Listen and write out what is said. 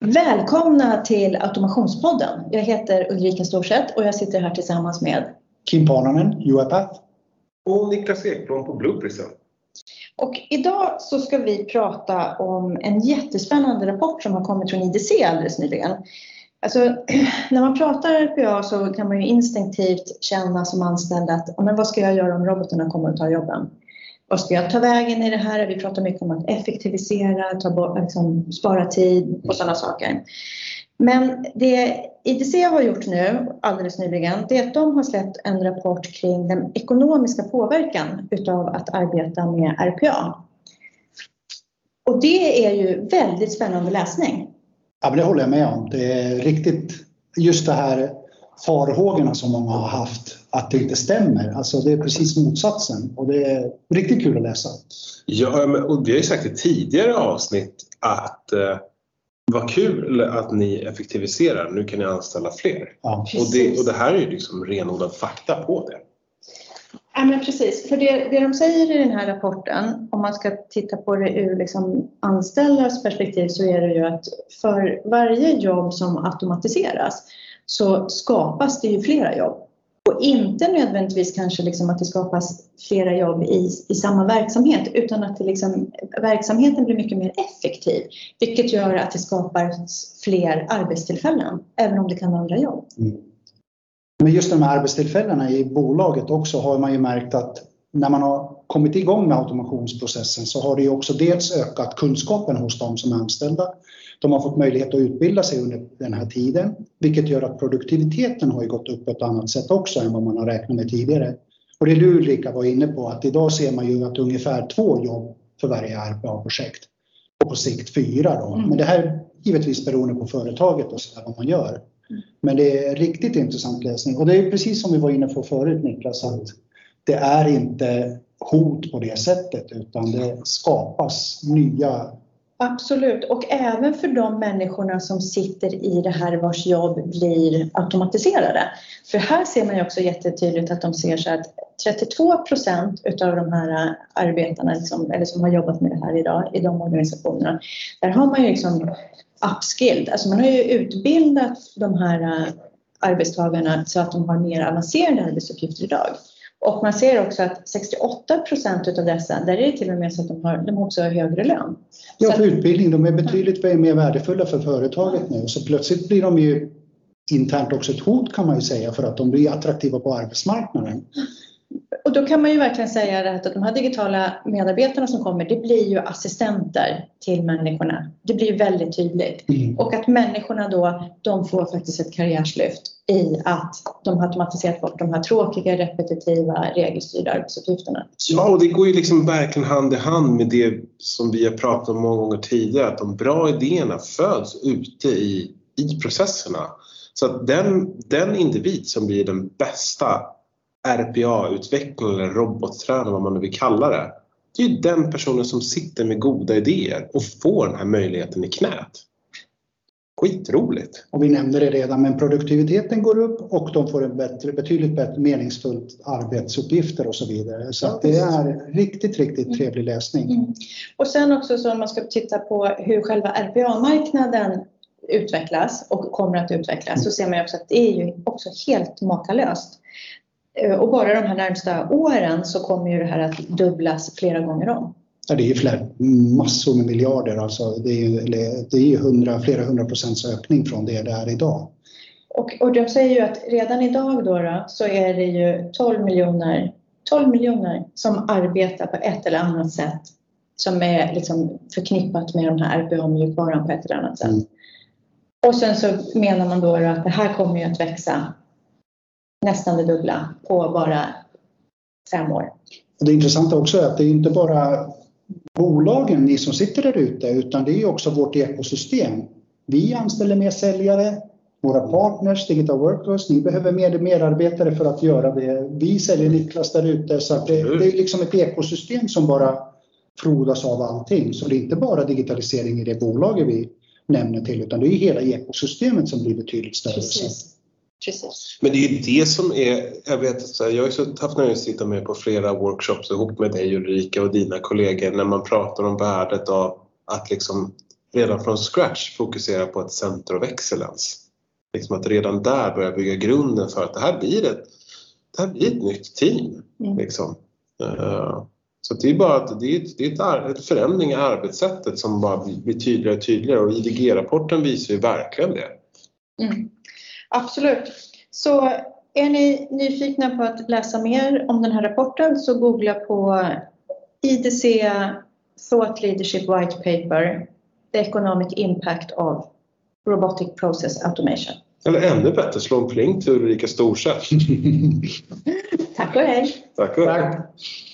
Välkomna till Automationspodden. Jag heter Ulrika Storseth och jag sitter här tillsammans med Kim Parnanen, UiPath. Och Niklas Ekblom på Blueprison. Och idag så ska vi prata om en jättespännande rapport som har kommit från IDC alldeles nyligen. Alltså, när man pratar RPA så kan man ju instinktivt känna som anställd att men vad ska jag göra om robotarna kommer att ta jobben? Vad ska jag ta vägen i det här? Vi pratar mycket om att effektivisera, spara tid och sådana saker. Men det IDC har gjort nu, alldeles nyligen, det är att de har släppt en rapport kring den ekonomiska påverkan utav att arbeta med RPA. Och det är ju väldigt spännande läsning. Ja, men det håller jag med om. Det är riktigt just det här farhågorna som många har haft att det inte stämmer. Alltså det är precis motsatsen och det är riktigt kul att läsa. Ja, och vi har ju sagt i tidigare avsnitt att vad kul att ni effektiviserar. Nu kan ni anställa fler. Ja, och det här är ju liksom renodlad fakta på det. Ja, men precis. För det de säger i den här rapporten, om man ska titta på det ur liksom anställdas perspektiv, så är det ju att för varje jobb som automatiseras så skapas det ju flera jobb. Och inte nödvändigtvis kanske liksom att det skapas flera jobb i samma verksamhet, utan att det liksom, verksamheten blir mycket mer effektiv. Vilket gör att det skapar fler arbetstillfällen, även om det kan vara andra jobb. Mm. Men just de här arbetstillfällena i bolaget också har man ju märkt att när man har kommit igång med automationsprocessen så har det ju också dels ökat kunskapen hos de som är anställda. De har fått möjlighet att utbilda sig under den här tiden, vilket gör att produktiviteten har ju gått upp på ett annat sätt också än vad man har räknat med tidigare. Och det du Ulrika var inne på, att idag ser man ju att ungefär 2 jobb för varje RPA-projekt och på sikt 4 då. Men det här givetvis beroende på företaget och så där vad man gör. Men det är riktigt intressant läsning och det är precis som vi var inne på förut Niklas, att det är inte hot på det sättet utan det skapas nya. Absolut, och även för de människorna som sitter i det här vars jobb blir automatiserade. För här ser man ju också jättetydligt att de ser så att 32% utav de här arbetarna eller som har jobbat med det här idag i de organisationerna, där har man ju liksom upskilled, alltså man har ju utbildat de här arbetstagarna så att de har mer avancerade arbetsuppgifter idag. Och man ser också att 68% utav dessa, där är det till och med så att de också har högre lön. Ja, för utbildning, de är betydligt mer värdefulla för företaget nu. Så plötsligt blir de ju internt också ett hot kan man ju säga för att de blir attraktiva på arbetsmarknaden. Och då kan man ju verkligen säga att de här digitala medarbetarna som kommer, det blir ju assistenter till människorna. Det blir ju väldigt tydligt. Och att människorna då, de får faktiskt ett karriärslyft i att de har automatiserat bort de här tråkiga, repetitiva, regelstyrda arbetsuppgifterna. Ja, och det går ju liksom verkligen hand i hand med det som vi har pratat om många gånger tidigare. Att de bra idéerna föds ute i processerna. Så att den individ som blir den bästa RPA-utvecklare eller robottränare, vad man nu vill kalla det. Det är ju den personen som sitter med goda idéer och får den här möjligheten i knät. Skitroligt. Och vi nämnde det redan, men produktiviteten går upp och de får en betydligt bättre meningsfullt arbetsuppgifter och så vidare. Så att det är riktigt trevlig läsning. Och sen också så om man ska titta på hur själva RPA-marknaden utvecklas och kommer att utvecklas så ser man ju också att det är ju också helt makalöst. Och bara de här närmsta åren så kommer ju det här att dubblas flera gånger om. Ja, det är ju massor med miljarder. Alltså det är ju flera 100% ökning från det är idag. Och de säger ju att redan idag då så är det ju 12 miljoner som arbetar på ett eller annat sätt som är liksom förknippat med de här RPA-mjukvaran på ett eller annat sätt. Och sen så menar man då att det här kommer ju att växa nästan det dubbla på bara 5 år. Och det intressanta också är att det är inte bara bolagen, ni som sitter där ute, utan det är ju också vårt ekosystem. Vi anställer mer säljare, våra partners, Digital Workers, ni behöver mer medarbetare för att göra det. Vi säljer Niklas där ute, så att det är liksom ett ekosystem som bara frodas av allting. Så det är inte bara digitalisering i det bolaget vi nämner till, utan det är hela ekosystemet som blir betydligt större. Precis. Men det är ju det som är, jag vet att jag är så haft nöjd att sitta med på flera workshops ihop med dig Ulrika och dina kollegor när man pratar om värdet av att liksom redan från scratch fokusera på ett center of excellence. Liksom att redan där börja bygga grunden för att det här blir ett nytt team. Liksom. Så det är bara att det är ett förändring i arbetssättet som bara blir tydligare och tydligare, och IDG-rapporten visar ju verkligen det. Absolut. Så är ni nyfikna på att läsa mer om den här rapporten, så googla på IDC Thought Leadership White Paper, The Economic Impact of Robotic Process Automation. Eller ännu bättre, slå en pling till Ulrika Storseth. Tack och hej. Tack och hej.